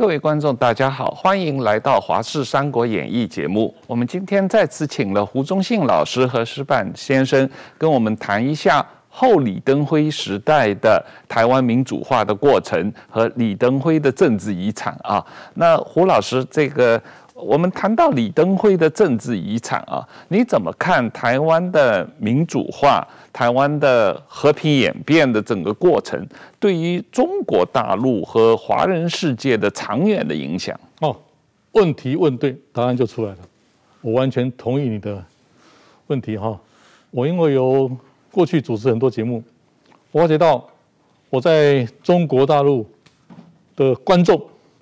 各位观众，大家好，欢迎来到《华视三国演义》节目。我们今天再次请了胡忠信老师和石板先生，跟我们谈一下后李登辉时代的台湾民主化的过程和李登辉的政治遗产啊。那胡老师，我们谈到李登辉的政治遗产啊，你怎么看台湾的民主化、台湾的和平演变的整个过程，对于中国大陆和华人世界的长远的影响？ 问题问对，答案就出来了。我完全同意你的问题哈。我因为有过去主持很多节目，我发觉到我在中国大陆的观众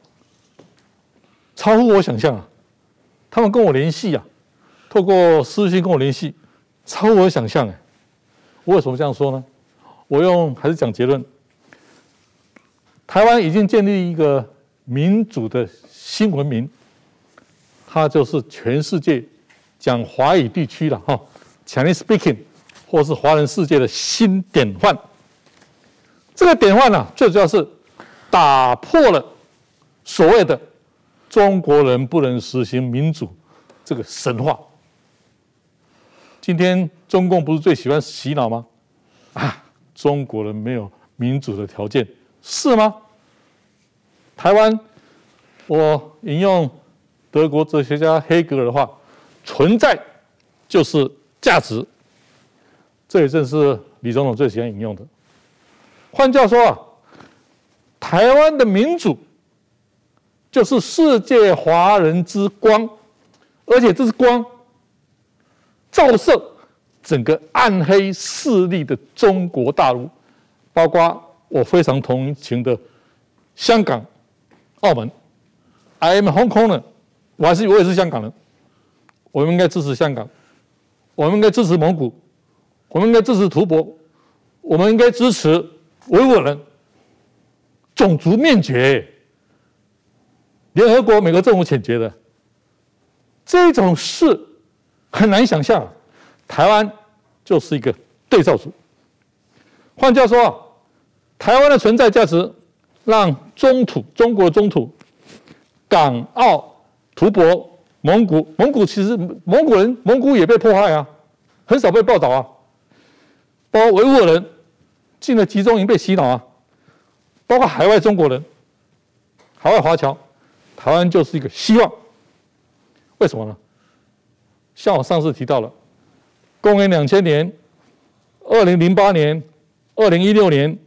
超乎我想象啊！他们跟我联系啊，透过私信跟我联系，超乎我想象哎。我为什么这样说呢？我还是讲结论。台湾已经建立一个民主的新文明，它就是全世界讲华语地区了哈 ，Chinese speaking 或是华人世界的新典范。这个典范呢，最主要是打破了所谓的中国人不能实行民主这个神话。今天中共不是最喜欢洗脑吗？中国人没有民主的条件，是吗？台湾，我引用德国哲学家黑格尔的话：“存在就是价值。”这也正是李总统最喜欢引用的。换句话说啊，台湾的民主就是世界华人之光，而且这是光照射整个暗黑势力的中国大陆，包括我非常同情的香港、澳门。I am Hong Konger， 我也是香港人，我们应该支持香港，我们应该支持蒙古，我们应该支持吐蕃，我们应该支持维吾尔人。种族灭绝，联合国、美国政府谴责的这种事很难想象。台湾就是一个对照组。换句话说，台湾的存在价值让中国中土、港澳、吐蕃、蒙古其实蒙古也被迫害啊，很少被报道啊。包括维吾尔人进了集中营被洗脑啊。包括海外中国人、海外华侨，台湾就是一个希望。为什么呢？像我上次提到了，公元2000年、2008年、2016年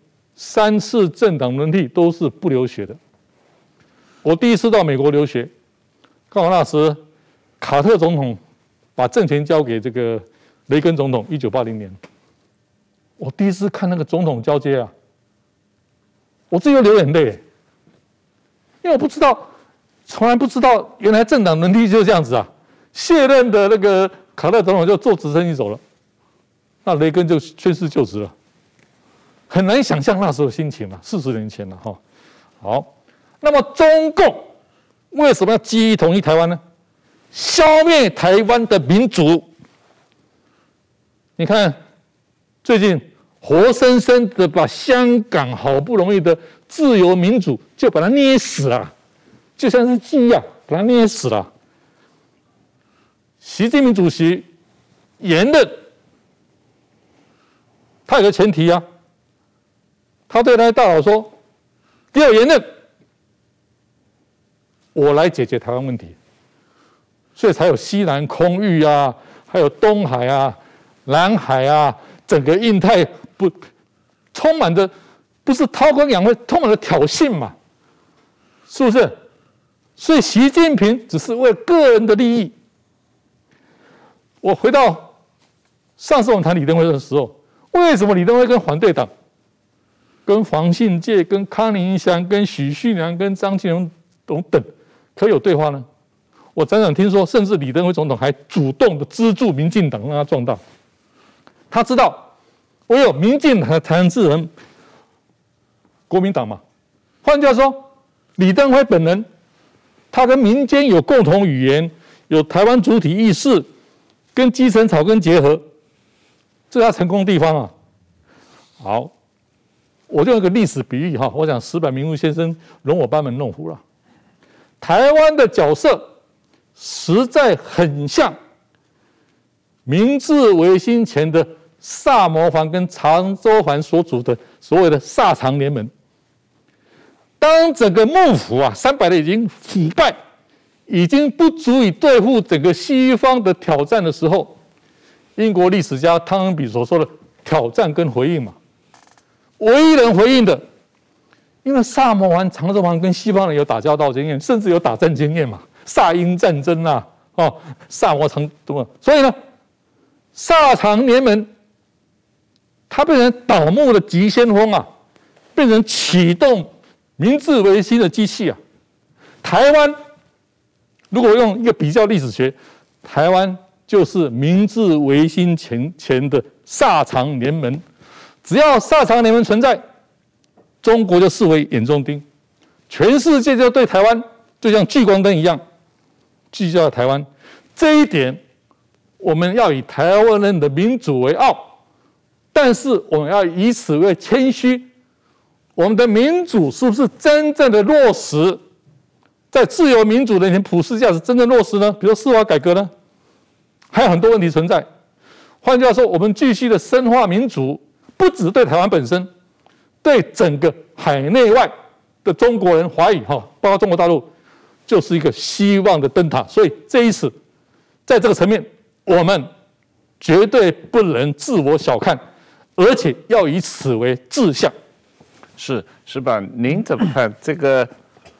3次政党轮替都是不流血的。我第一次到美国留学，刚好那时卡特总统把政权交给这个雷根总统，1980年。我第一次看那个总统交接啊。我自己又流眼泪，因为我不知道，从来不知道，原来政党轮替就是这样子啊！卸任的那个卡特总统就坐直升机走了，那雷根就宣誓就职了，很难想象那时候的心情了，40年前了哈。好，那么中共为什么要基于统一台湾呢？消灭台湾的民主。你看，最近。活生生的把香港好不容易的自由民主就把它捏死了，就像是鸡一样把它捏死了。习近平主席言论，他有个前提啊，他对那些大佬说：“给我言论，我来解决台湾问题。”所以才有西南空域啊，还有东海啊、南海啊，整个印太。不，充满着不是韬光养晦，充满了挑衅嘛，是不是？所以习近平只是为个人的利益。我回到上次我们谈李登辉的时候，为什么李登辉跟反对党、跟黄信介、跟康宁祥、跟许旭良、跟张庆荣等可以有对话呢？我常常听说，甚至李登辉总统还主动的资助民进党，让他壮大。他知道。唯有民进党才能制衡国民党嘛。换句话说，李登辉本人，他跟民间有共同语言，有台湾主体意识，跟基层草根结合，这是他成功的地方啊。好，我就用一个历史比喻哈，我想石板明夫先生容我班门弄斧了。 台湾的角色实在很像明治维新前的萨摩藩跟长州藩所组的所谓的萨长联盟。当整个幕府300年已经腐败，已经不足以对付整个西方的挑战的时候，英国历史家汤恩比所说的挑战跟回应嘛，唯一能回应的，因为萨摩藩、长州藩跟西方人有打交道经验，甚至有打战经验嘛，萨英战争萨摩长东，所以呢，萨长联盟它变成倒幕的急先锋变成启动明治维新的机器台湾如果用一个比较历史学，台湾就是明治维新前的萨长联盟。只要萨长联盟存在，中国就视为眼中钉，全世界就对台湾就像聚光灯一样聚焦台湾。这一点，我们要以台湾人的民主为傲，但是我们要以此为谦虚。我们的民主是不是真正的落实在自由民主的普世价值真正落实呢？比如司法改革呢，还有很多问题存在。换句话说，我们继续的深化民主，不只对台湾本身，对整个海内外的中国人、华裔包括中国大陆，就是一个希望的灯塔。所以这一次，在这个层面，我们绝对不能自我小看，而且要以此为志向。 是吧？您怎么看这个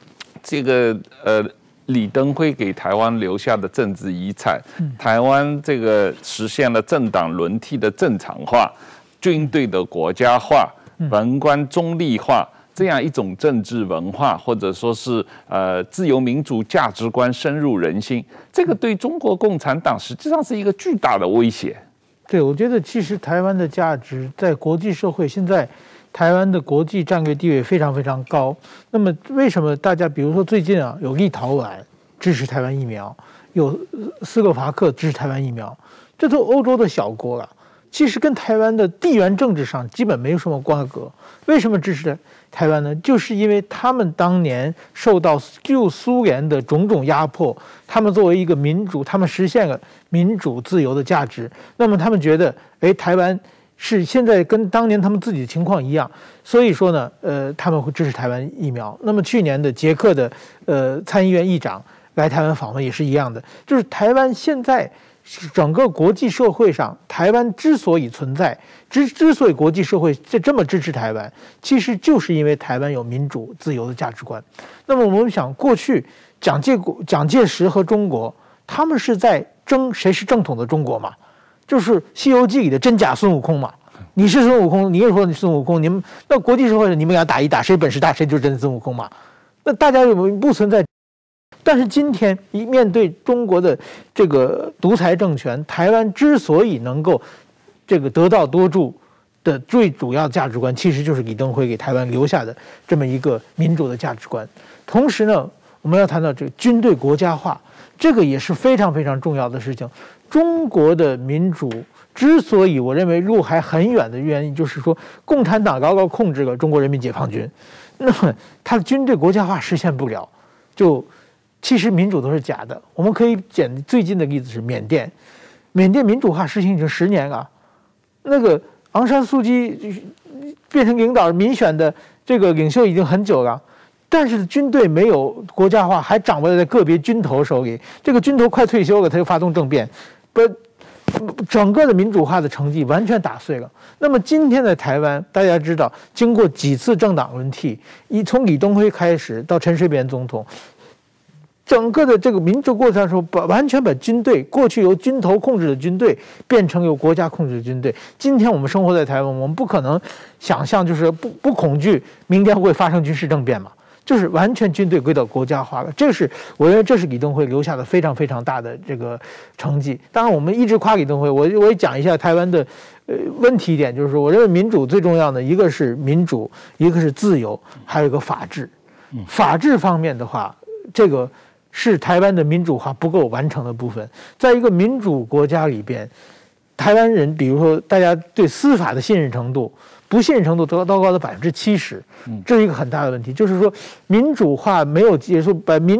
李登辉给台湾留下的政治遗产？台湾这个实现了政党轮替的正常化，军队的国家化，文官中立化，这样一种政治文化，或者说是自由民主价值观深入人心，这个对中国共产党实际上是一个巨大的威胁。 对，我觉得其实台湾的价值在国际社会现在。台湾的国际战略地位非常非常高。那么，为什么大家比如说最近有立陶宛支持台湾疫苗，有斯洛伐克支持台湾疫苗，这都欧洲的小国了，其实跟台湾的地缘政治上基本没有什么瓜葛。为什么支持台湾呢？就是因为他们当年受到旧苏联的种种压迫，他们作为一个民主，他们实现了民主自由的价值。那么他们觉得，台湾。是现在跟当年他们自己的情况一样，所以说呢，他们会支持台湾疫苗。那么去年的捷克的参议院议长来台湾访问也是一样的，就是台湾现在整个国际社会上，台湾之所以存在，之所以国际社会这么支持台湾，其实就是因为台湾有民主自由的价值观。那么我们想，过去蒋介石和中国，他们是在争谁是正统的中国嘛？就是《西游记》里的真假孙悟空嘛，你是孙悟空，你也说你是孙悟空，你们那国际社会你们俩打一打，谁本事大谁就是真孙悟空嘛。那大家不存在。但是今天面对中国的这个独裁政权，台湾之所以能够这个得道多助的最主要价值观，其实就是李登辉给台湾留下的这么一个民主的价值观。同时呢，我们要谈到这个军队国家化，这个也是非常非常重要的事情。中国的民主之所以我认为路还很远的原因，就是说共产党牢牢控制了中国人民解放军，那么他的军队国家化实现不了，其实民主都是假的。我们可以捡最近的例子是缅甸民主化实行已经10年了，那个昂山素季变成领导民选的这个领袖已经很久了。但是军队没有国家化，还掌握在个别军头手里。这个军头快退休了，他就发动政变，整个的民主化的成绩完全打碎了。那么今天的台湾，大家知道，经过几次政党轮替，从李登辉开始到陈水扁总统，整个的这个民主过程中，完全把军队过去由军头控制的军队变成由国家控制的军队。今天我们生活在台湾，我们不可能想象，就是不恐惧明天会发生军事政变嘛。就是完全军队归到国家化了，我认为这是李登辉留下的非常非常大的这个成绩。当然，我们一直夸李登辉，我也讲一下台湾的问题点，就是说，我认为民主最重要的一个是民主，一个是自由，还有一个法治。法治方面的话，这个是台湾的民主化不够完成的部分。在一个民主国家里边，台湾人，比如说大家对司法的信任程度。不信任程度高到70%，这是一个很大的问题。就是说，民主化没有结束，把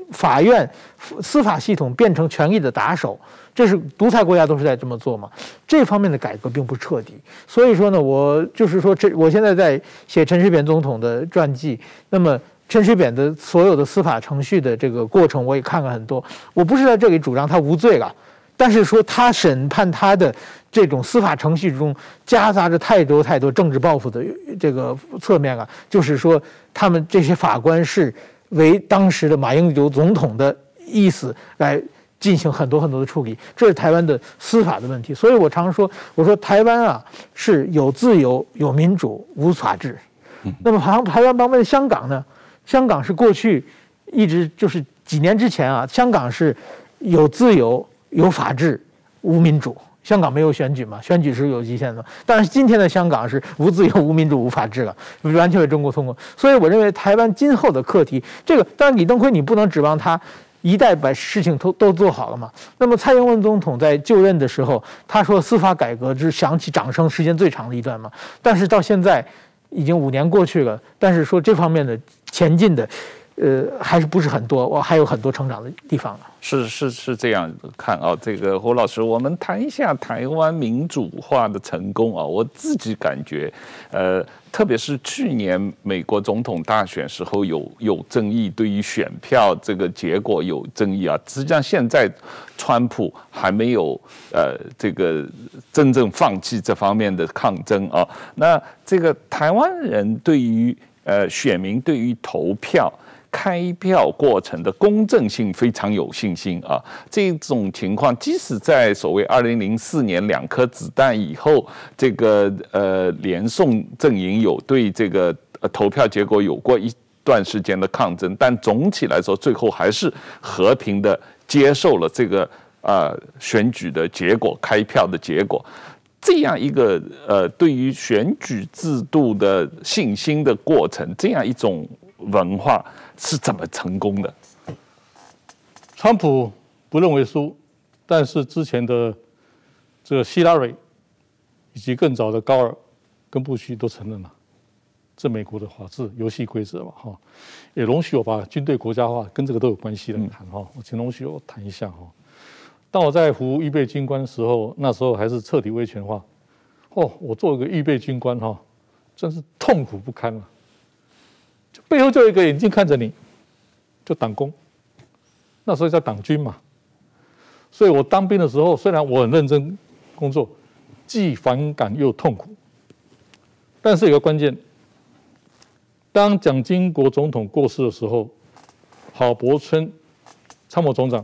法院、司法系统变成权力的打手，这是独裁国家都是在这么做嘛。这方面的改革并不彻底，所以说呢，我就是说，我现在在写陈水扁总统的传记，那么陈水扁的所有的司法程序的这个过程我也看了很多，我不是在这里主张他无罪了。但是说他审判他的这种司法程序中夹杂着太多政治抱负的这个侧面啊，就是说他们这些法官是为当时的马英九总统的意思来进行很多的处理，这是台湾的司法的问题。所以我常说，我说台湾啊是有自由、有民主、无法治。那么台湾旁边的香港呢？香港是过去一直就是几年之前啊，香港是有自由、有法治、无民主。香港没有选举嘛，选举是有极限的。但是今天的香港是无自由、无民主、无法治了，完全被中国通过。所以我认为台湾今后的课题，这个当然李登辉你不能指望他一代把事情都做好了嘛。那么蔡英文总统在就任的时候，他说司法改革是响起掌声时间最长的一段嘛。但是到现在已经5年过去了，但是说这方面的前进的。还是不是很多，我还有很多成长的地方。 是这样看啊，这个胡老师，我们谈一下台湾民主化的成功啊。我自己感觉，特别是去年美国总统大选时候有争议，对于选票这个结果有争议啊。实际上现在川普还没有这个真正放弃这方面的抗争啊。那这个台湾人对于选民对于投票。开票过程的公正性非常有信心啊！这种情况，即使在所谓2004年2颗子弹以后，这个连宋阵营有对这个投票结果有过一段时间的抗争，但总体来说，最后还是和平的接受了这个选举的结果、开票的结果。这样一个对于选举制度的信心的过程，这样一种文化是怎么成功的？ 川普不认为输，但是之前的这个希拉蕊以及更早的高尔跟布希都承认了，这美国的法治游戏规则嘛，哈，也容许我把军队国家化跟这个都有关系的谈哈，请容许我谈一下哈。当我在服预备军官的时候，那时候还是彻底威权化，我做一个预备军官哈，真是痛苦不堪了。背后就有一个眼睛看着你，就党工，那时候叫党军嘛。所以我当兵的时候，虽然我很认真工作，既反感又痛苦，但是有个关键，当蒋经国总统过世的时候，郝柏村参谋总长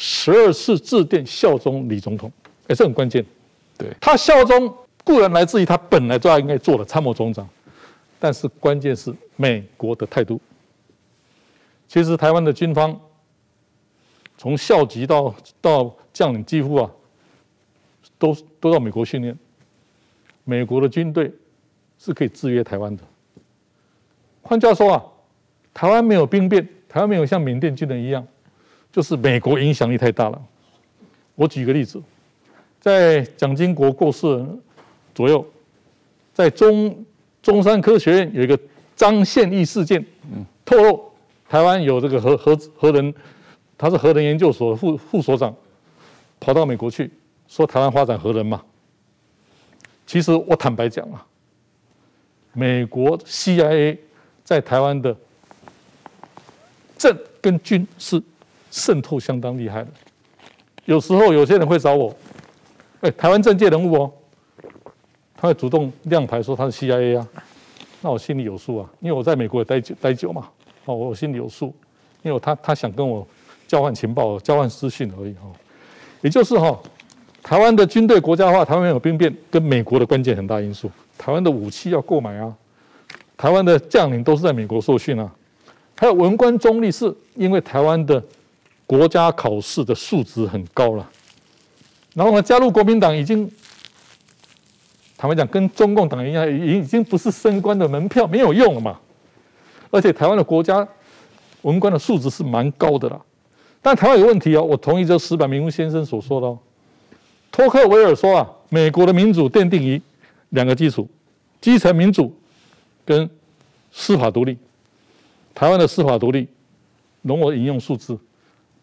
12次致电效忠李总统，这很关键。 对， 他效忠固然来自于他本来就应该做的参谋总长，但是关键是美国的态度。其实台湾的军方从校级到将领几乎都到美国训练，美国的军队是可以制约台湾的。换句话说台湾没有兵变，台湾没有像缅甸军人一样，就是美国影响力太大了。我举个例子，在蒋经国过世左右，在中山科学院有一个张献义事件，透露台湾有这个核能，他是核能研究所副所长，跑到美国去说台湾发展核能嘛。其实我坦白讲美国 CIA 在台湾的政跟军是渗透相当厉害的。有时候有些人会找我，台湾政界人物他会主动亮牌说他是 CIA 那我心里有数因为我在美国也待久嘛，我心里有数，因为他想跟我交换情报、交换资讯而已也就是台湾的军队国家化，台湾没有兵变，跟美国的关键很大因素。台湾的武器要购买台湾的将领都是在美国受训还有文官中立，是因为台湾的国家考试的素质很高了。然后加入国民党已经，坦白讲，跟中共党一样，已经不是升官的门票，没有用了嘛。而且台湾的国家文官的素质是蛮高的啦。但台湾有问题我同意这石板明夫先生所说的托克维尔说美国的民主奠定于2个基础：基层民主跟司法独立。台湾的司法独立，容我引用数字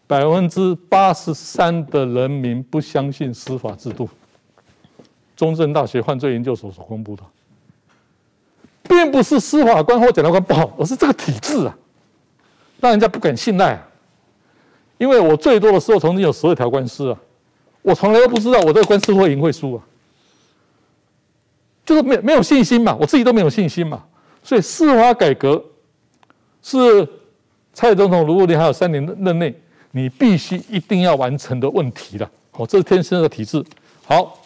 83%的人民不相信司法制度。中正大学犯罪研究所所公布的，并不是司法官或检察官不好，而是这个体制啊，让人家不敢信赖啊。因为我最多的时候曾经有12条官司啊，我从来都不知道我这个官司会赢会输啊，就是没有信心嘛，我自己都没有信心嘛。所以司法改革是蔡总统如果你还有3年任内，你必须一定要完成的问题了。这是天生的体制。好，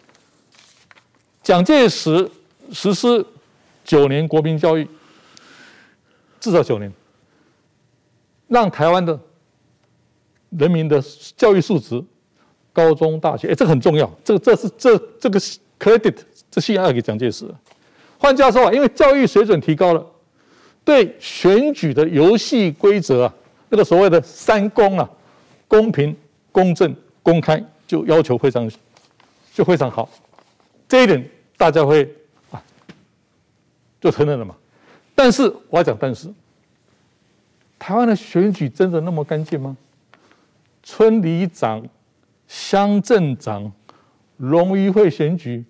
蒋介石实施9年国民教育，至少9年，让台湾的人民的教育素质，高中、大学，这个很重要。这个 credit 这需要给蒋介石。换句话说，因为教育水准提高了，对选举的游戏规则啊，那个所谓的3公啊，公平、公正、公开，就要求非常好。这一点大家会就承认了嘛。但是我要讲，台湾的选举真的那么干净吗？村里长、乡镇长、农渔会选举，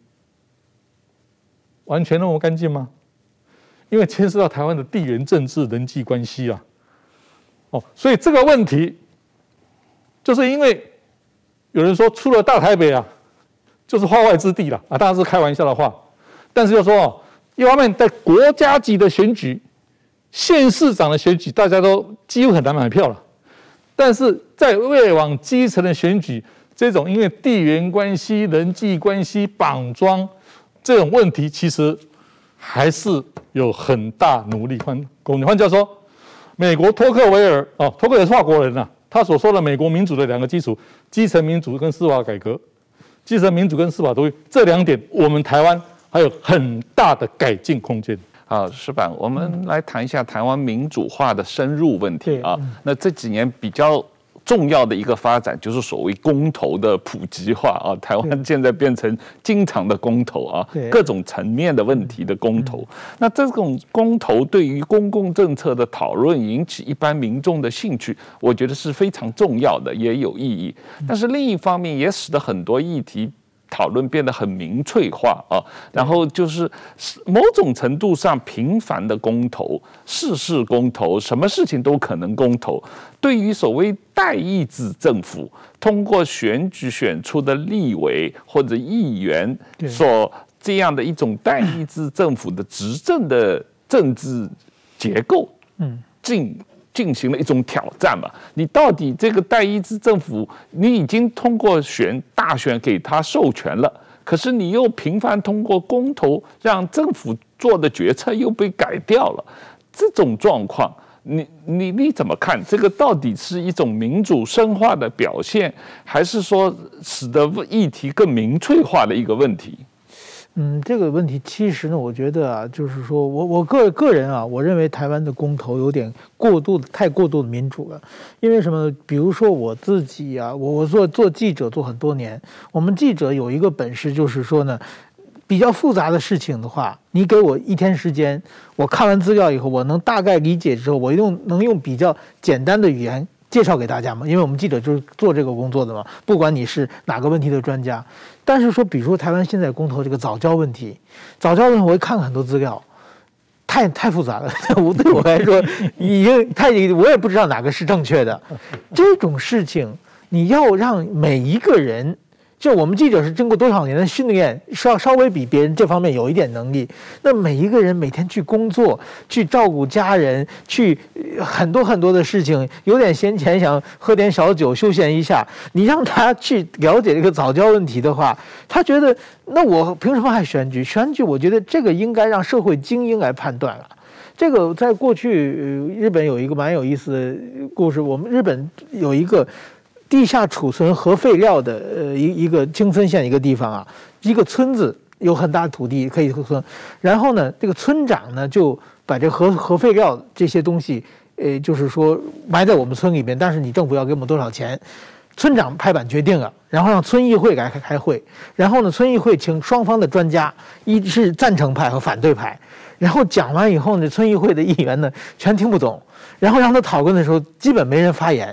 完全那么干净吗？因为牵涉到台湾的地缘政治、人际关系啊。所以这个问题，就是因为有人说出了大台北啊，就是化外之地了啊，当然是开玩笑的话。但是又说一方面在国家级的选举、县市长的选举，大家都几乎很难买票了。但是在越往基层的选举，这种因为地缘关系、人际关系绑桩这种问题，其实还是有很大努力空间。换句话说，美国托克维尔托克维尔是法国人啊，他所说的美国民主的2个基础：基层民主跟司法改革。基层民主跟司法独立这2点，我们台湾还有很大的改进空间。 好，石板，我们来谈一下台湾民主化的深入问题啊。那这几年比较重要的一个发展，就是所谓公投的普及化啊。台湾现在变成经常的公投啊，各种层面的问题的公投。那这种公投对于公共政策的讨论，引起一般民众的兴趣，我觉得是非常重要的，也有意义。但是另一方面，也使得很多议题讨论变得很民粹化啊，然后就是某种程度上频繁的公投、事公投，什么事情都可能公投。对于所谓代议制政府通过选举选出的立委或者议员所这样的一种代议制政府的执政的政治结构，进行了一种挑战嘛？你到底这个代议制政府，你已经通过大选给他授权了，可是你又频繁通过公投让政府做的决策又被改掉了，这种状况，你怎么看？这个到底是一种民主深化的表现，还是说使得议题更民粹化的一个问题？ 这个问题其实呢，我觉得啊，就是说我个人啊，我认为台湾的公投有点太过度的民主了。因为什么？比如说我自己啊，我做记者做很多年，我们记者有一个本事，就是说呢，比较复杂的事情的话，你给我1天时间，我看完资料以后，我能大概理解之后，我能用比较简单的语言介绍给大家嘛，因为我们记者就是做这个工作的嘛，不管你是哪个问题的专家。但是说，比如说台湾现在公投这个早教问题，我会看很多资料，太复杂了，对我来说已经我也不知道哪个是正确的。这种事情你要让每一个人，就我们记者是经过多少年的训练，稍微比别人这方面有一点能力。那每一个人每天去工作，去照顾家人，去很多的事情，有点闲钱想喝点小酒休闲一下，你让他去了解这个早教问题的话，他觉得那我凭什么还选举？选举我觉得这个应该让社会精英来判断了。这个在过去日本有一个蛮有意思的故事，我们日本有一个地下储存核废料的一个青森县一个地方啊，一个村子有很大的土地可以存，然后呢，这个村长呢就把这核废料这些东西，就是说埋在我们村里面，但是你政府要给我们多少钱？村长拍板决定了，然后让村议会来开会，然后呢，村议会请双方的专家，一是赞成派和反对派，然后讲完以后呢，村议会的议员呢全听不懂，然后让他讨论的时候，基本没人发言。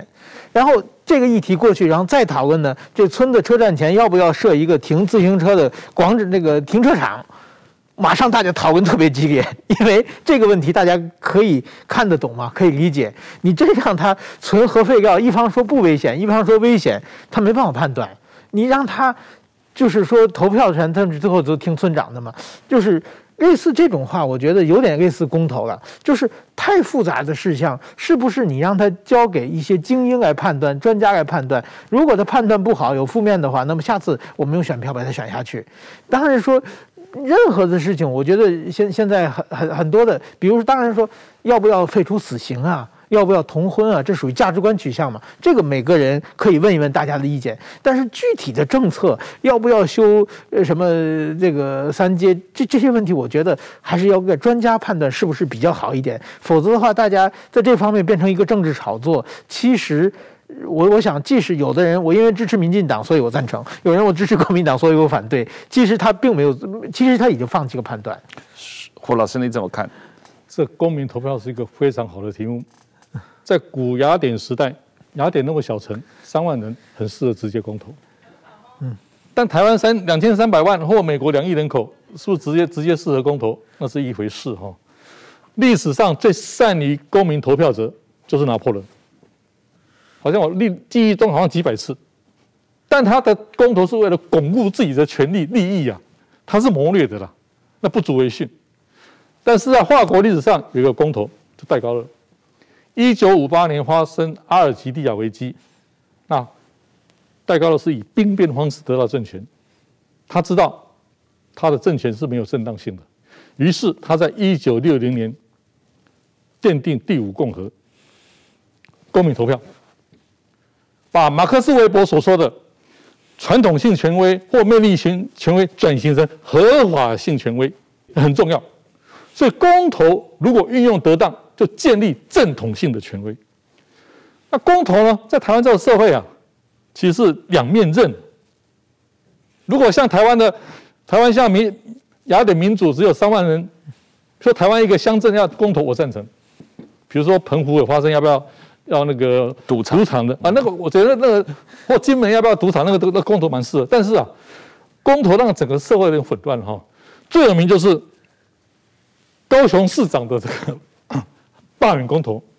然后这个议题过去，然后再讨论呢，这村子车站前要不要设一个停自行车的停车场？马上大家讨论特别激烈，因为这个问题大家可以看得懂嘛，可以理解。你真让他存核废料，一方说不危险，一方说危险，他没办法判断。你让他就是说投票权，他们最后都听村长的嘛，就是类似这种话，我觉得有点类似公投了，就是太复杂的事项，是不是你让他交给一些精英来判断、专家来判断？如果他判断不好、有负面的话，那么下次我们用选票把他选下去。当然说。任何的事情，我觉得现在很多的，比如说，当然说要不要废除死刑啊，要不要同婚啊，这属于价值观取向嘛。这个每个人可以问一问大家的意见，但是具体的政策要不要修什么这个3阶这些问题，我觉得还是要给专家判断是不是比较好一点。否则的话，大家在这方面变成一个政治炒作，其实。我想，即使有的人我因为支持民进党，所以我赞成；有人我支持国民党，所以我反对。其实他并没有，其实他已经放弃了判断。 胡老师，你怎么看？ 这公民投票是一个非常好的题目。在古雅典时代，雅典那么小城，3万人，很适合直接公投。但台湾2300万或美国2亿人口，是不是直接适合公投？那是一回事哈。历史上最善于公民投票者就是拿破仑。好像我记忆中好像几百次，但他的公投是为了巩固自己的权利利益啊，他是谋略的啦，那不足为训。但是在法国历史上有一个公投，就戴高乐。1958年发生阿尔及利亚危机，那戴高乐是以兵变方式得到政权，他知道他的政权是没有正当性的，于是他在1960年奠定第5共和，公民投票。把马克思韦伯所说的传统性权威或魅力性权威转型成合法性权威，很重要。所以公投如果运用得当，就建立正统性的权威。那公投呢，在台湾这个社会啊，其实是两面刃。如果像台湾像雅典民主只有3万人，说台湾一个乡镇要公投，我赞成。比如说澎湖有发生要不要那个赌场的啊，那个我觉得那个或金门要不要赌场，那个公投蛮适合。但是啊，公投让整个社会有点混乱哈。最有名就是高雄市长的这个罢免公投。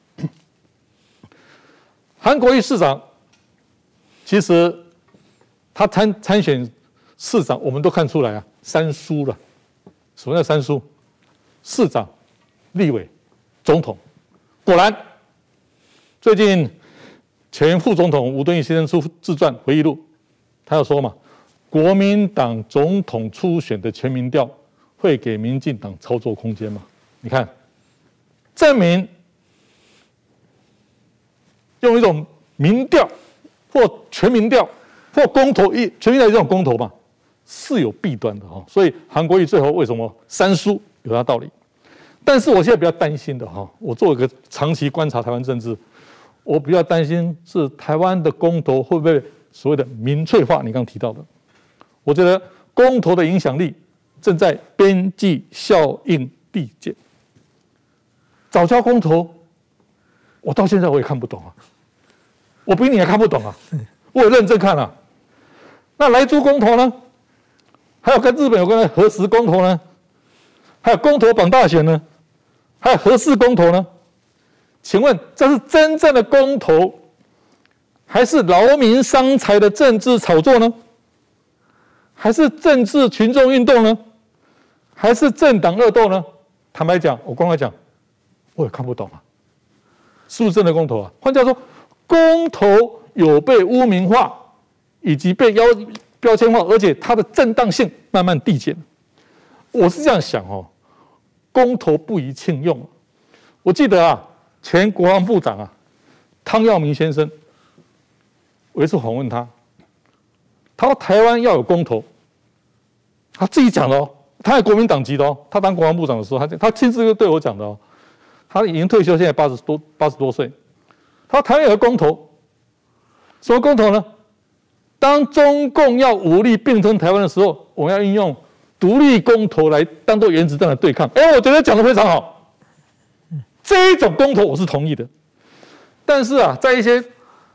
韩国瑜市长其实他参选市长，我们都看出来啊，3输了。什么叫3输？市长、立委、总统。果然。最近，前副总统吴敦义先生出自传回忆录，他有说嘛，国民党总统初选的全民调会给民进党操作空间嘛？你看，证明用一种民调或全民调或公投全民调这种公投嘛，是有弊端的哈。所以韩国瑜最后为什么3输，有他道理。但是我现在比较担心的哈，我做一个长期观察台湾政治。我比较担心是台湾的公投会不会所谓的民粹化？你刚刚提到的，我觉得公投的影响力正在边际效应递减。早教公投，我到现在我也看不懂啊，我比你还看不懂啊，我也认真看啊。那莱猪公投呢？还有跟日本有关的核食公投呢？还有公投绑大选呢？还有核四公投呢？请问这是真正的公投，还是劳民伤财的政治炒作呢？还是政治群众运动呢？还是政党恶斗呢？坦白讲，我刚才讲，我也看不懂啊，是不是真的公投啊？换句话说，公投有被污名化，以及被标签化，而且它的正当性慢慢递减。我是这样想哦，公投不宜轻用。我记得啊。前国防部长啊，汤耀明先生，我有一次访问他，他说台湾要有公投，他自己讲的哦，他是国民党籍的哦，他当国防部长的时候，他亲自对我讲的哦，他已经退休，现在80多岁，他说台湾有个公投，什么公投呢？当中共要武力并吞台湾的时候，我们要运用独立公投来当做原子弹的对抗。我觉得讲得非常好。这一种公投我是同意的，但是啊，在一些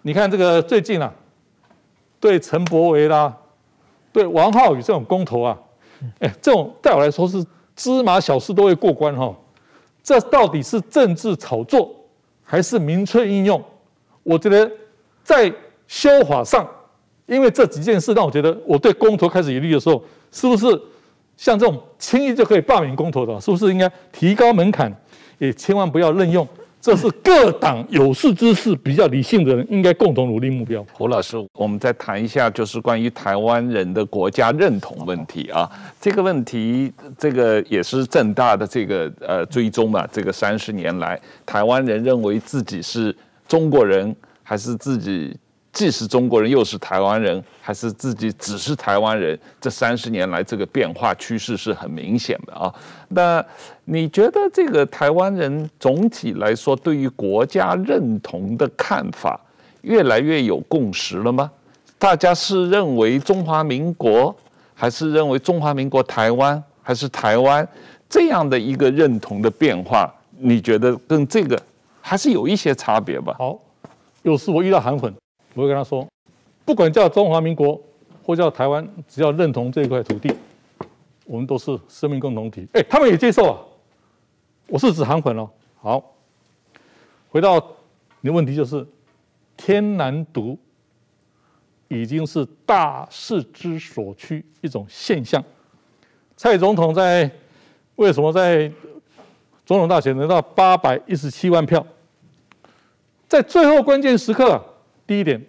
你看这个最近啊，对陈柏惟啦，对王浩宇这种公投啊，这种在我来说是芝麻小事都会过关哈。这到底是政治炒作还是民粹应用？我觉得在修法上，因为这几件事让我觉得我对公投开始疑虑的时候，是不是像这种轻易就可以罢免公投的，是不是应该提高门槛，也千万不要任用？这是各党有识之士比较理性的人应该共同努力目标。 胡老师，我们再谈一下，就是关于台湾人的国家认同问题啊。这个问题，这个也是政大的这个追踪嘛。这个30年来，台湾人认为自己是中国人，还是自己既是中国人又是台湾人，还是自己只是台湾人？这30年来，这个变化趋势是很明显的啊。那你觉得这个台湾人总体来说对于国家认同的看法越来越有共识了吗？大家是认为中华民国，还是认为中华民国台湾，还是台湾这样的一个认同的变化？你觉得跟这个还是有一些差别吧？ 好，有时我遇到韩粉，我会跟他说，不管叫中华民国或叫台湾，只要认同这一块土地，我们都是生命共同体。他们也接受啊。我是指韩粉哦。好，回到你的问题，就是天然独已经是大势之所趋一种现象。蔡总统为什么在总统大选得到817万票？在最后关键时刻，第一点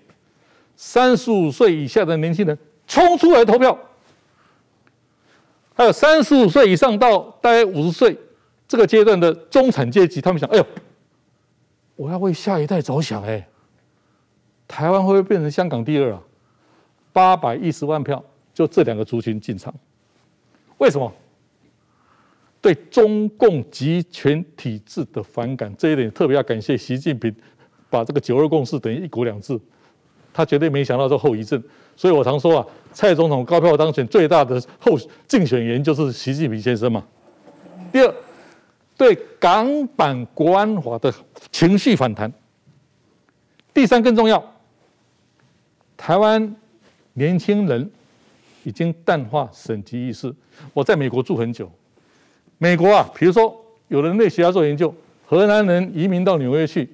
，35岁以下的年轻人冲出来投票，还有35岁以上到大概50岁。这个阶段的中产阶级，他们想：哎呦，我要为下一代着想，台湾会不会变成香港第2啊？810万票，就这2个族群进场。为什么？对中共集权体制的反感，这一点特别要感谢习近平，把这个9·2共识等于1国2制，他绝对没想到这后遗症。所以我常说啊，蔡总统高票当选最大的竞选原因就是习近平先生嘛。第二，对港版国安法的情绪反弹。第三更重要，台湾年轻人已经淡化省级意识。我在美国住很久，美国啊，比如说有人类学家做研究，荷兰人移民到纽约去，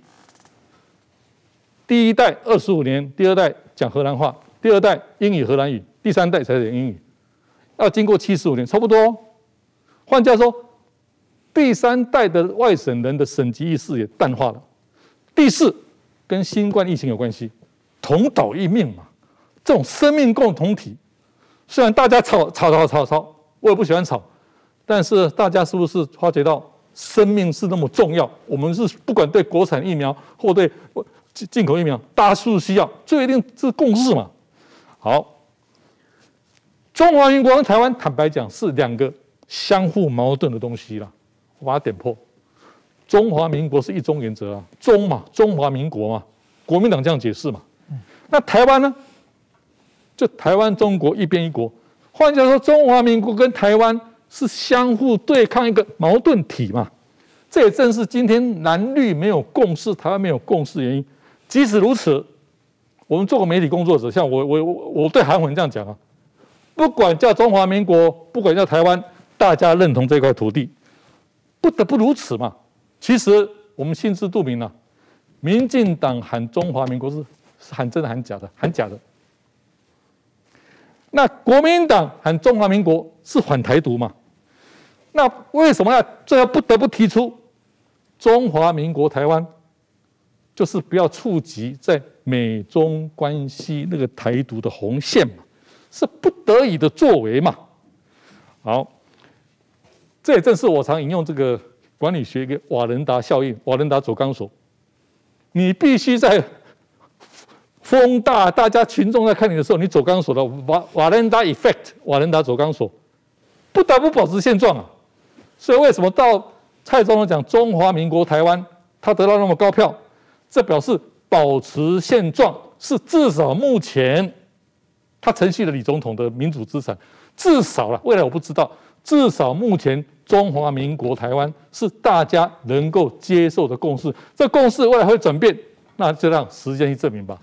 第一代25年，第二代讲荷兰话，第二代英语荷兰语，第三代才讲英语，要经过75年，差不多。换句话说，第三代的外省人的省级意识也淡化了。第四，跟新冠疫情有关系，同岛一命嘛，这种生命共同体，虽然大家吵，我也不喜欢吵，但是大家是不是发觉到生命是那么重要？我们是不管对国产疫苗或对进口疫苗，大家是不是需要？这一定是共识嘛。好，中华民国跟台湾，坦白讲是2个相互矛盾的东西啦。我把它点破，中华民国是一中原则啊，中嘛，中华民国嘛，国民党这样解释嘛。那台湾呢？就台湾中国一边一国。换句话说，中华民国跟台湾是相互对抗一个矛盾体嘛。这也正是今天蓝绿没有共识，台湾没有共识的原因。即使如此，我们做过媒体工作者，像我对韩文这样讲啊，不管叫中华民国，不管叫台湾，大家认同这块土地。不得不如此嘛。其实我们心知肚明了，民进党喊中华民国是喊真的喊假的，喊假的。那国民党喊中华民国是反台独嘛？那为什么最后不得不提出中华民国台湾，就是不要触及在美中关系那个台独的红线嘛？是不得已的作为嘛？好。这也正是我常引用这个管理学一个瓦伦达效应、瓦伦达走钢索。你必须在风大、大家群众在看你的时候，你走钢索的瓦伦达 effect， 瓦伦达走钢索，不得不保持现状啊。所以为什么到蔡总统讲中华民国台湾，他得到那么高票，这表示保持现状是至少目前他承续了李总统的民主资产，至少了，未来我不知道。至少目前中华民国台湾是大家能够接受的共识，这共识未来会转变，那就让时间去证明吧。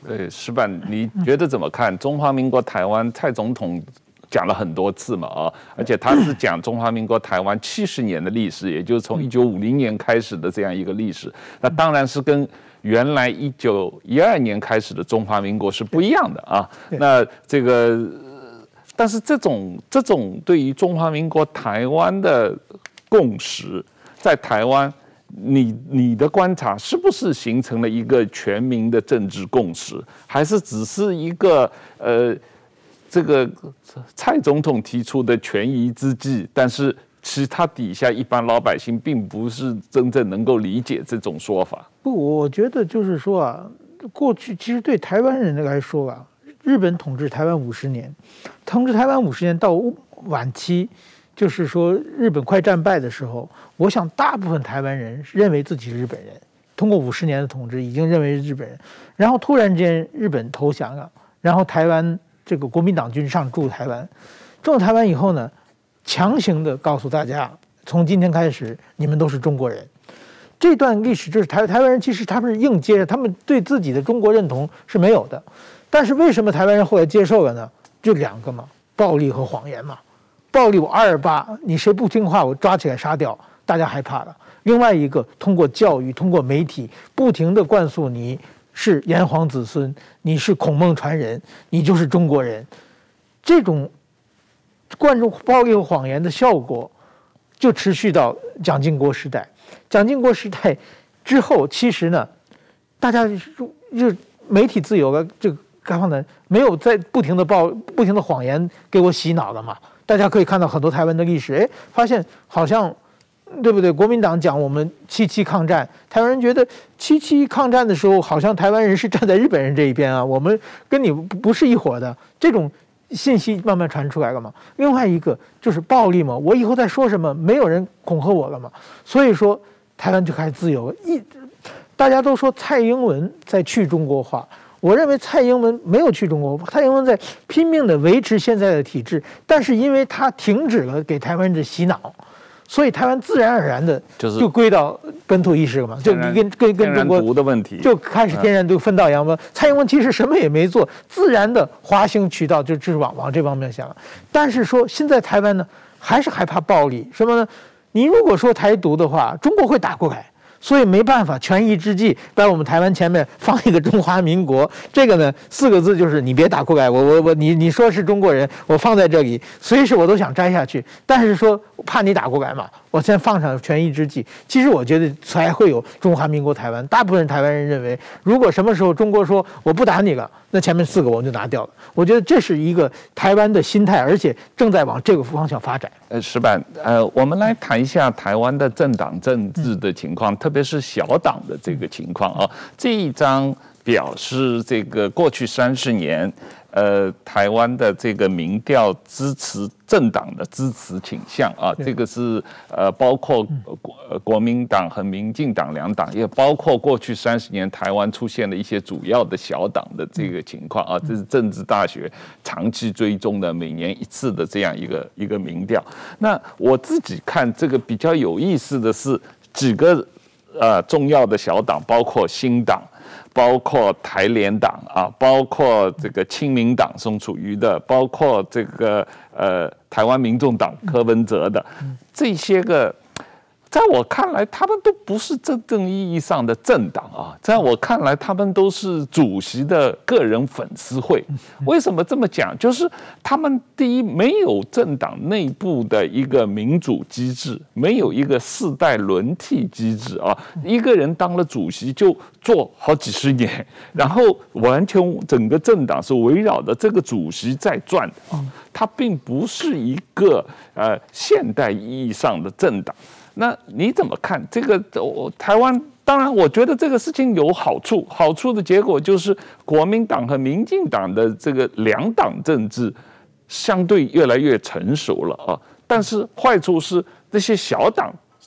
石板，你觉得怎么看？中华民国台湾蔡总统讲了很多次嘛啊，而且他是讲中华民国台湾70年的历史，也就是从1950年开始的这样一个历史。那当然是跟原来1912年开始的中华民国是不一样的啊。那这个，但是这种对于中华民国台湾的共识，在台湾。你的观察是不是形成了一个全民的政治共识，还是只是一个这个蔡总统提出的权宜之计？但是其他底下一般老百姓并不是真正能够理解这种说法。 不，我觉得就是说啊，过去其实对台湾人来说啊，日本统治台湾50年，统治台湾50年到晚期。就是说，日本快战败的时候，我想大部分台湾人认为自己是日本人，通过50年的统治，已经认为是日本人。然后突然间日本投降了，然后台湾这个国民党军上驻台湾，驻台湾以后呢，强行的告诉大家，从今天开始你们都是中国人。这段历史就是台湾人其实他们是硬接着，他们对自己的中国认同是没有的。但是为什么台湾人后来接受了呢？就2个嘛，暴力和谎言嘛。暴力，我228，你谁不听话，我抓起来杀掉，大家害怕了。另外一个，通过教育，通过媒体，不停地灌输你是炎黄子孙，你是孔孟传人，你就是中国人。这种灌输暴力和谎言的效果，就持续到蒋经国时代。蒋经国时代之后，其实呢，大家就媒体自由了，这个开放的没有在不停的谎言给我洗脑了嘛。大家可以看到很多台湾的历史，发现好像，对不对？国民党讲我们77抗战，台湾人觉得77抗战的时候，好像台湾人是站在日本人这一边啊，我们跟你不是一伙的，这种信息慢慢传出来了嘛。另外一个就是暴力嘛，我以后再说什么，没有人恐吓我了嘛，所以说台湾就开始自由了。大家都说蔡英文在去中国化。我认为蔡英文没有去中国，蔡英文在拼命的维持现在的体制，但是因为他停止了给台湾人洗脑，所以台湾自然而然的就归到本土意识了嘛，就跟中国的问题就开始天然就分道扬镳。蔡英文其实什么也没做，自然的滑行渠道就是往这方面想了。但是说现在台湾呢，还是害怕暴力，什么呢？你如果说台独的话，中国会打过来。所以没办法，权宜之计，在我们台湾前面放一个中华民国，这个呢4个字就是你别打过来，你说是中国人，我放在这里，随时我都想摘下去，但是说怕你打过来嘛，我先放上权宜之计。其实我觉得才会有中华民国台湾。大部分台湾人认为，如果什么时候中国说我不打你了，那前面4个我们就拿掉了。我觉得这是一个台湾的心态，而且正在往这个方向发展。 石板，我们来谈一下台湾的政党政治的情况，特别是小党的这个情况啊。这一张表是这个过去30年，台湾的这个民调支持政党的支持倾向啊，这个是包括国民党和民进党2党，也包括过去30年台湾出现的一些主要的小党的这个情况啊，这是政治大学长期追踪的每年1次的这样一个民调。那我自己看这个比较有意思的是几个重要的小党，包括新党。包括台联党啊，包括这个亲民党宋楚瑜的，包括这个台湾民众党柯文哲的，这些个，在我看来，他们都不是真正意义上的政党啊，在我看来，他们都是主席的个人粉丝会。为什么这么讲？就是他们第一没有政党内部的一个民主机制，没有一个世代轮替机制啊，一个人当了主席就做好几十年，然后完全整个政党是围绕着这个主席在转的啊，它并不是一个现代意义上的政党。那你怎么看这个？台湾当然，我觉得这个事情有好处，好处的结果就是国民党和民进党的这个2党政治相对越来越成熟了啊。但是坏处是这些小党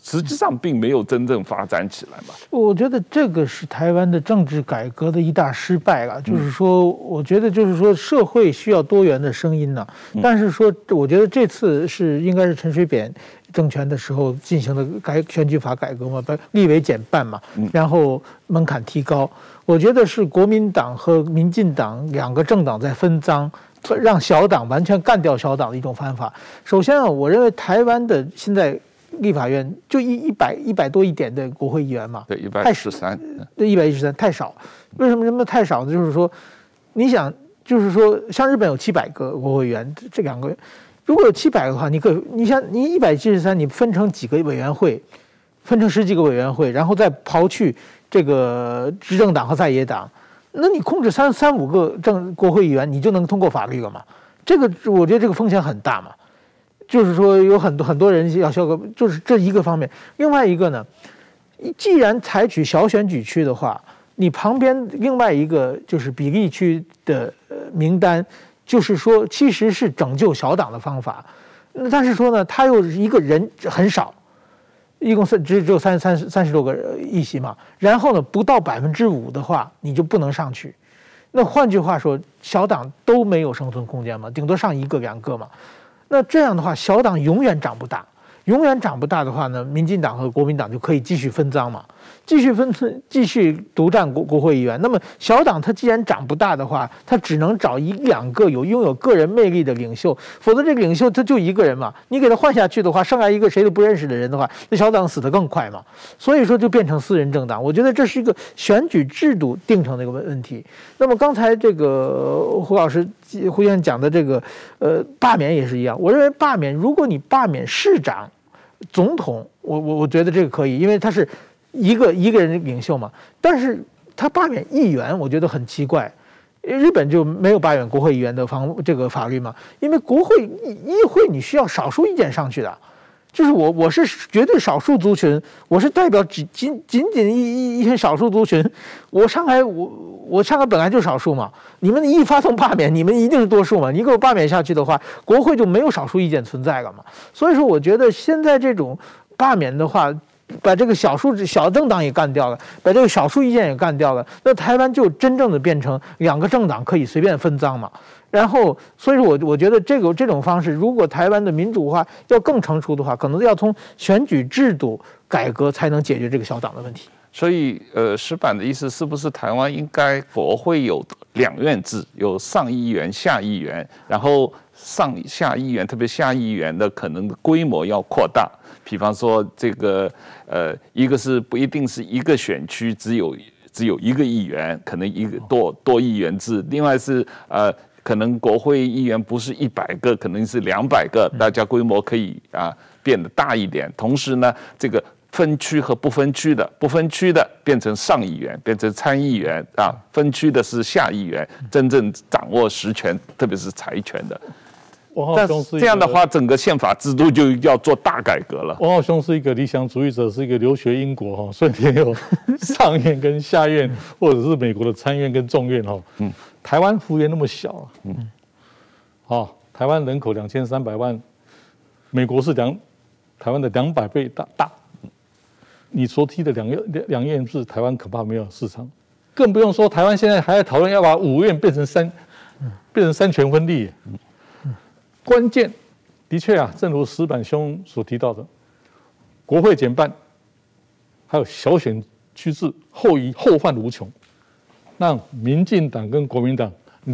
实际上并没有真正发展起来嘛。 我觉得这个是台湾的政治改革的一大失败了，就是说，我觉得就是说，社会需要多元的声音呢。但是说，我觉得这次应该是陈水扁政权的时候进行的选举法改革嘛，把立委减半嘛，然后门槛提高。我觉得是国民党和民进党两个政党在分赃，让小党完全干掉小党的一种方法。首先啊，我认为台湾的现在立法院就100多一点的国会议员嘛， 对，113， 对，113太少。为什么太少呢？就是说，你想，就是说，像日本有700个国会议员，这2个，如果有700个的话，你想，你173，你分成几个委员会，分成10几个委员会，然后再刨去这个执政党和在野党，那你控制3-5个国会议员，你就能通过法律了嘛？这个我觉得这个风险很大嘛。就是说有很多人要效果，就是这一个方面。另外一个呢，既然采取小选举区的话，你旁边另外一个就是比例区的名单，就是说其实是拯救小党的方法。但是说呢，他又一个人很少，一共只有30多个议席嘛。然后呢，不到5%的话，你就不能上去。那换句话说，小党都没有生存空间嘛，顶多上1个2个嘛。那这样的话，小党永远长不大，永远长不大的话呢，民进党和国民党就可以继续分赃嘛，继续独占国会议员。那么小党它既然长不大的话，它只能找1、2个拥有个人魅力的领袖，否则这个领袖他就一个人嘛，你给他换下去的话，剩下一个谁都不认识的人的话，那小党死得更快嘛。所以说就变成私人政党。我觉得这是一个选举制度定成的一个问题。那么刚才这个胡先生讲的这个罢免也是一样。我认为罢免，如果你罢免市长、总统，我觉得这个可以，因为他是一个人领袖嘛。但是他罢免议员，我觉得很奇怪。日本就没有罢免国会议员的这个法律嘛，因为议会你需要少数意见上去的。就是我是绝对少数族群，我是代表仅一些少数族群，我上海本来就少数嘛，你们一发动罢免，你们一定是多数嘛，你给我罢免下去的话，国会就没有少数意见存在了嘛。所以说，我觉得现在这种罢免的话，把这个小政党也干掉了，把这个少数意见也干掉了，那台湾就真正的变成2个政党可以随便分赃嘛。然后，所以说我觉得这种方式，如果台湾的民主化要更成熟的话，可能要从选举制度改革才能解决这个小党的问题。 所以，石板的意思是不是台湾应该国会有2院制，有上议员、下议员，然后上下议员，特别下议员的可能规模要扩大，比方说这个一个是不一定是一个选区只有1个议员，可能一个多议员制，另外是可能国会议员不是100个，可能是200个，大家规模可以变得大一点。同时呢，这个分区和不分区的变成上议员，变成参议员分区的是下议员，真正掌握实权，特别是财权的。但是这样的话，整个宪法制度就要做大改革了。 王浩兄是一个理想主义者，是一个留学英国哈，所以也有上院跟下院，或者是美国的参院跟众院哈。台湾幅员那么小台湾人口2300万，美国是台湾的200倍大。你所提的两院制，台湾恐怕没有市场，更不用说台湾现在还在讨论要把5院变成三权分立。关键的确正如石板兄所提到的，国会减半，还有小选区制后患无穷，让民进党跟国民党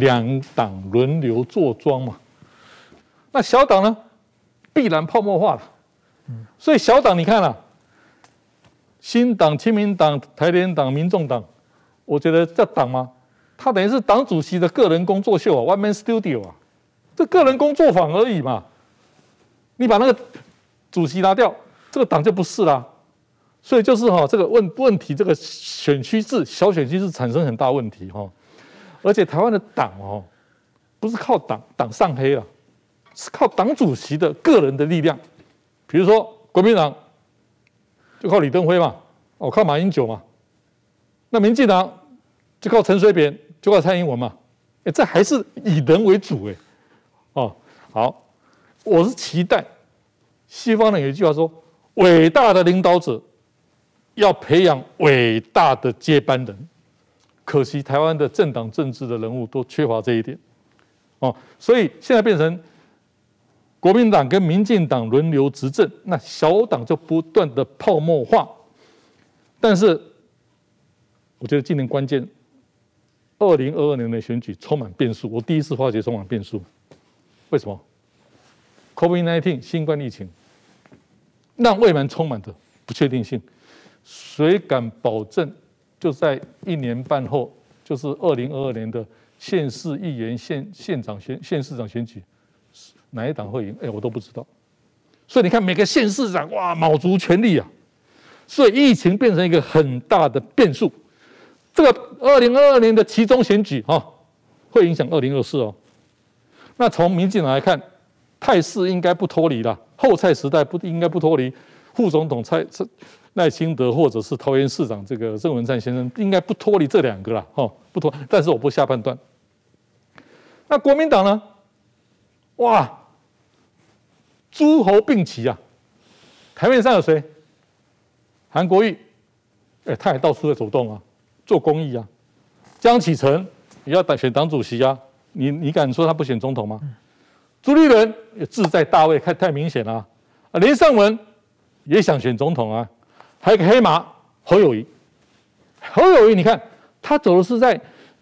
2党轮流坐庄嘛。那小党呢，必然泡沫化了。所以小党你看新党、亲民党、台联党、民众党，我觉得这党嘛，它等于是党主席的个人工作秀，One Man Studio 这个人工作坊而已嘛。你把那个主席拿掉，这个党就不是啦。所以就是这个问题，这个选区制、小选区制产生很大问题而且台湾的党不是靠党上黑了，是靠党主席的个人的力量。比如说国民党就靠李登辉嘛，靠马英九嘛。那民进党就靠陈水扁，就靠蔡英文嘛。这还是以人为主好，我是期待西方人有一句话说， 伟大的领导者要培养伟大的接班人，可惜台湾的政党政治的人物都缺乏这一点，所以现在变成国民党跟民进党轮流执政，那小党就不断的泡沫化。但是我觉得今年关键，2022年的选举充满变数，我第一次发觉充满变数，为什么 ？COVID-19 新冠疫情让未来充满着不确定性，谁敢保证就在1年半后，就是2022年的县市议员、县市长选举，哪一党会赢？我都不知道。所以你看，每个县市长哇，卯足全力啊！所以疫情变成一个很大的变数。这个2022年的期中选举会影响2024哦。那从民进党来看，态势应该不脱离了，后蔡时代应该不脱离副总统赖清德或者是桃园市长这个郑文灿先生，应该不脱离这两个啦，不脱。但是我不下判断。那国民党呢？哇，诸侯并齐啊！台面上有谁？韩国瑜，他也到处在走动啊，做公益啊。江启臣也要选党主席啊，你敢说他不选总统吗？朱立伦也志在大位，太明显了啊。连胜文也想选总统啊，还有一个黑马侯友宜。侯友宜，你看他走的是在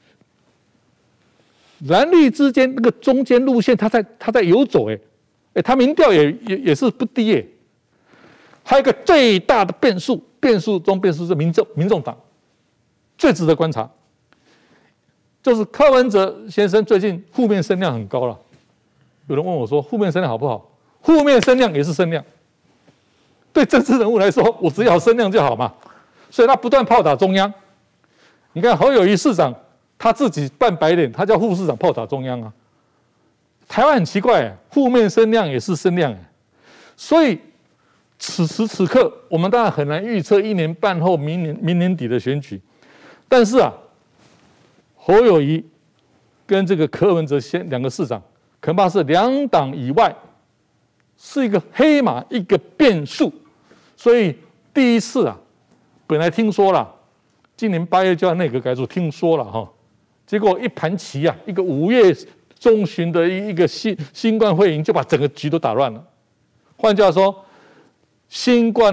蓝绿之间那个中间路线，他在游走，他民调也是不低耶。还有一个最大的变数是民众党，最值得观察，就是柯文哲先生最近负面声量很高了。有人问我说，负面声量好不好？负面声量也是声量，对政治人物来说，我只要声量就好嘛。所以他不断炮打中央。你看侯友宜市长他自己扮白脸，他叫副市长炮打中央啊。台湾很奇怪，负面声量也是声量，所以此时此刻，我们当然很难预测1年半后明年底的选举。但是侯友宜跟这个柯文哲两个市长，恐怕是两党以外是一个黑马，一个变数。所以第一次本来听说了，今年8月就要内阁改组，听说了结果一盘棋一个5月中旬的一个新冠肺炎就把整个局都打乱了。换句话说，新冠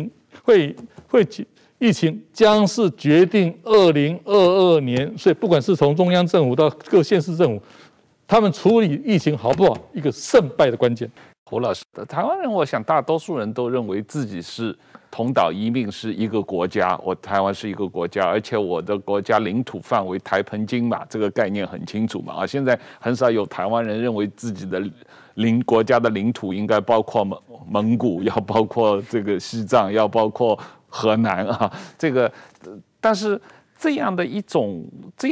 疫情将是决定2022年，所以不管是从中央政府到各县市政府，他们处理疫情好不好，一个胜败的关键。 胡老师，台湾人，我想大多数人都认为自己是同岛一命，是一个国家。我台湾是一个国家，而且我的国家领土范围台澎金马这个概念很清楚嘛。现在很少有台湾人认为自己的国家的领土应该包括蒙古，要包括这个西藏，要包括河南这个，但是这样一种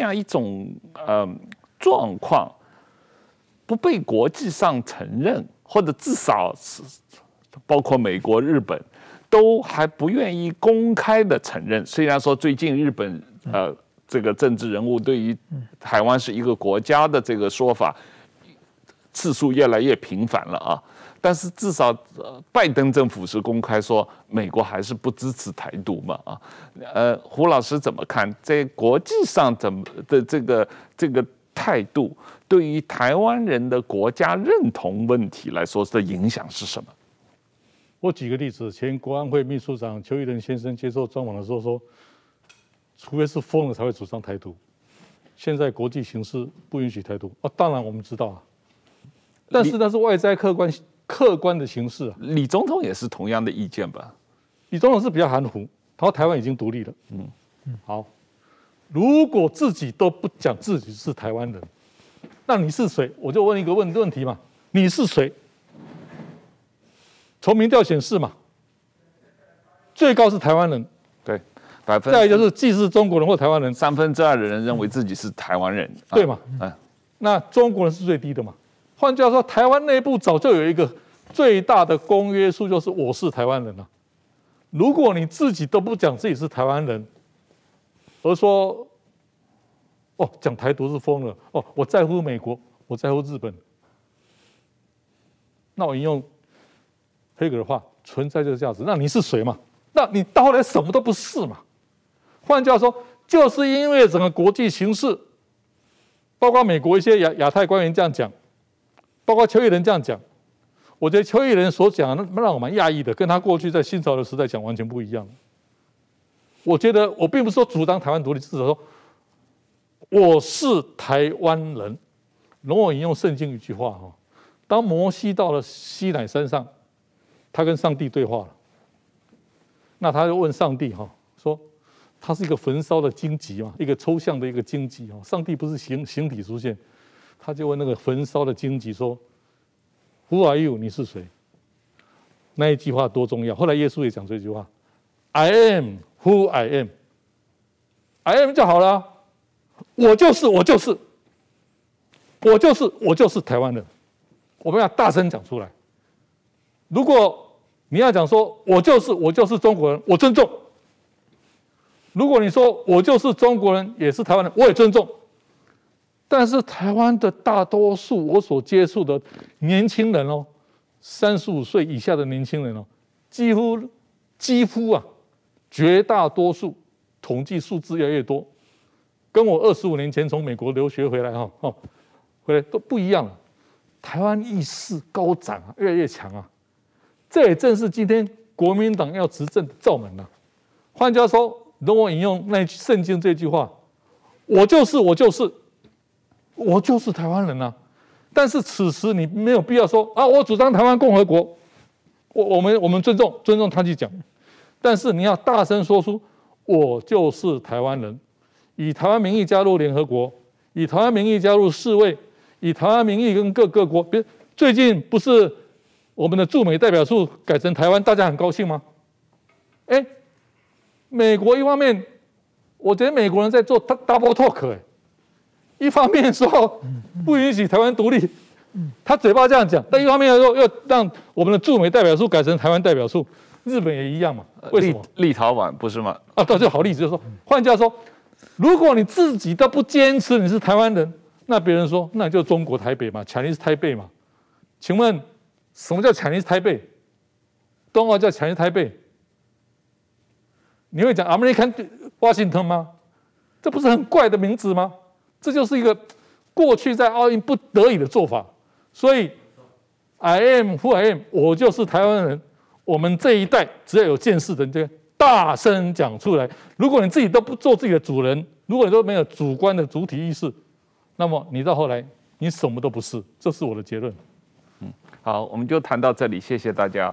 状况不被国际上承认，或者至少是包括美国、日本都还不愿意公开的承认。虽然说最近日本这个政治人物对于台湾是一个国家的这个说法次数越来越频繁了但是至少拜登政府是公开说美国还是不支持台独嘛胡老师怎么看在国际上的这个态度对于台湾人的国家认同问题来说的影响是什么？ 我举个例子，前国安会秘书长邱义仁先生接受专访的时候说，除非是疯了才会主张台独，现在国际形势不允许台独当然我们知道但是那是外在客观的形势李总统也是同样的意见吧？ 李总统是比较含糊，他说台湾已经独立了。好，如果自己都不讲自己是台湾人，那你是谁？我就问一个问题嘛，你是谁？从民调显示嘛，最高是台湾人， 对， 再来就是既是中国人或台湾人 ，2/3的人认为自己是台湾人， 对嘛？那中国人是最低的嘛？换句话说，台湾内部早就有一个最大的公约数，就是我是台湾人了。如果你自己都不讲自己是台湾人，而说讲台独是疯了，我在乎美国，我在乎日本，那我引用黑格的话， 存在这个价值。那你是谁嘛？那你到后来什么都不是嘛？换句话说，就是因为整个国际形势，包括美国一些亚太官员这样讲，包括邱毅人这样讲，我觉得邱毅人所讲的让我蛮讶异的，跟他过去在新潮流时代讲完全不一样。我觉得我并不是说主张台湾独立，至少说我是台湾人。容我引用圣经一句话哈：当摩西到了西乃山上，他跟上帝对话了。那他就问上帝哈说，他是一个焚烧的荆棘嘛，一个抽象的一个荆棘哈。上帝不是形体出现，他就问那个焚烧的荆棘说 ：“Who are you？ 你是谁？”那一句话多重要。后来耶稣也讲这句话 ：“I am who I am。” I am 就好了，我就是台湾人。我们要大声讲出来。如果你要讲说我就是中国人，我尊重。如果你说我就是中国人，也是台湾人，我也尊重。但是台湾的大多数我所接触的年轻人哦，35岁以下的年轻人哦，几乎啊，绝大多数统计数字越来越多，跟我25年前从美国留学回来回来都不一样了。台湾意识高涨啊，越来越强啊。这也正是今天国民党要执政的罩门啊。换句话说，容我引用那圣经这句话：我就是台湾人啊。但是此时你没有必要说啊，我主张台湾共和国，我们尊重他去讲。但是你要大声说出，我就是台湾人，以台湾名义加入联合国，以台湾名义加入世卫，以台湾名义跟各国，最近不是我们的驻美代表处改成台湾，大家很高兴吗？美国一方面，我觉得美国人在做 double talk，一方面说不允许台湾独立，他嘴巴这样讲，但一方面又让我们的驻美代表处改成台湾代表处，日本也一样嘛？为什么？ 立陶宛不是吗？ 啊，对，这好例子就是说，换句话说，如果你自己都不坚持你是台湾人，那别人说那就中国台北嘛 ，Chinese 台北嘛。请问什么叫 Chinese 台北？冬奥叫 Chinese 台北？你会讲 American Washington 吗？这不是很怪的名字吗？这就是一个过去在奥运不得已的做法。所以 I am who I am， 我就是台湾人。我们这一代只要有见识的人，就大声讲出来。如果你自己都不做自己的主人，如果你都没有主观的主体意识，那么你到后来你什么都不是。这是我的结论。 好，我们就谈到这里，谢谢大家。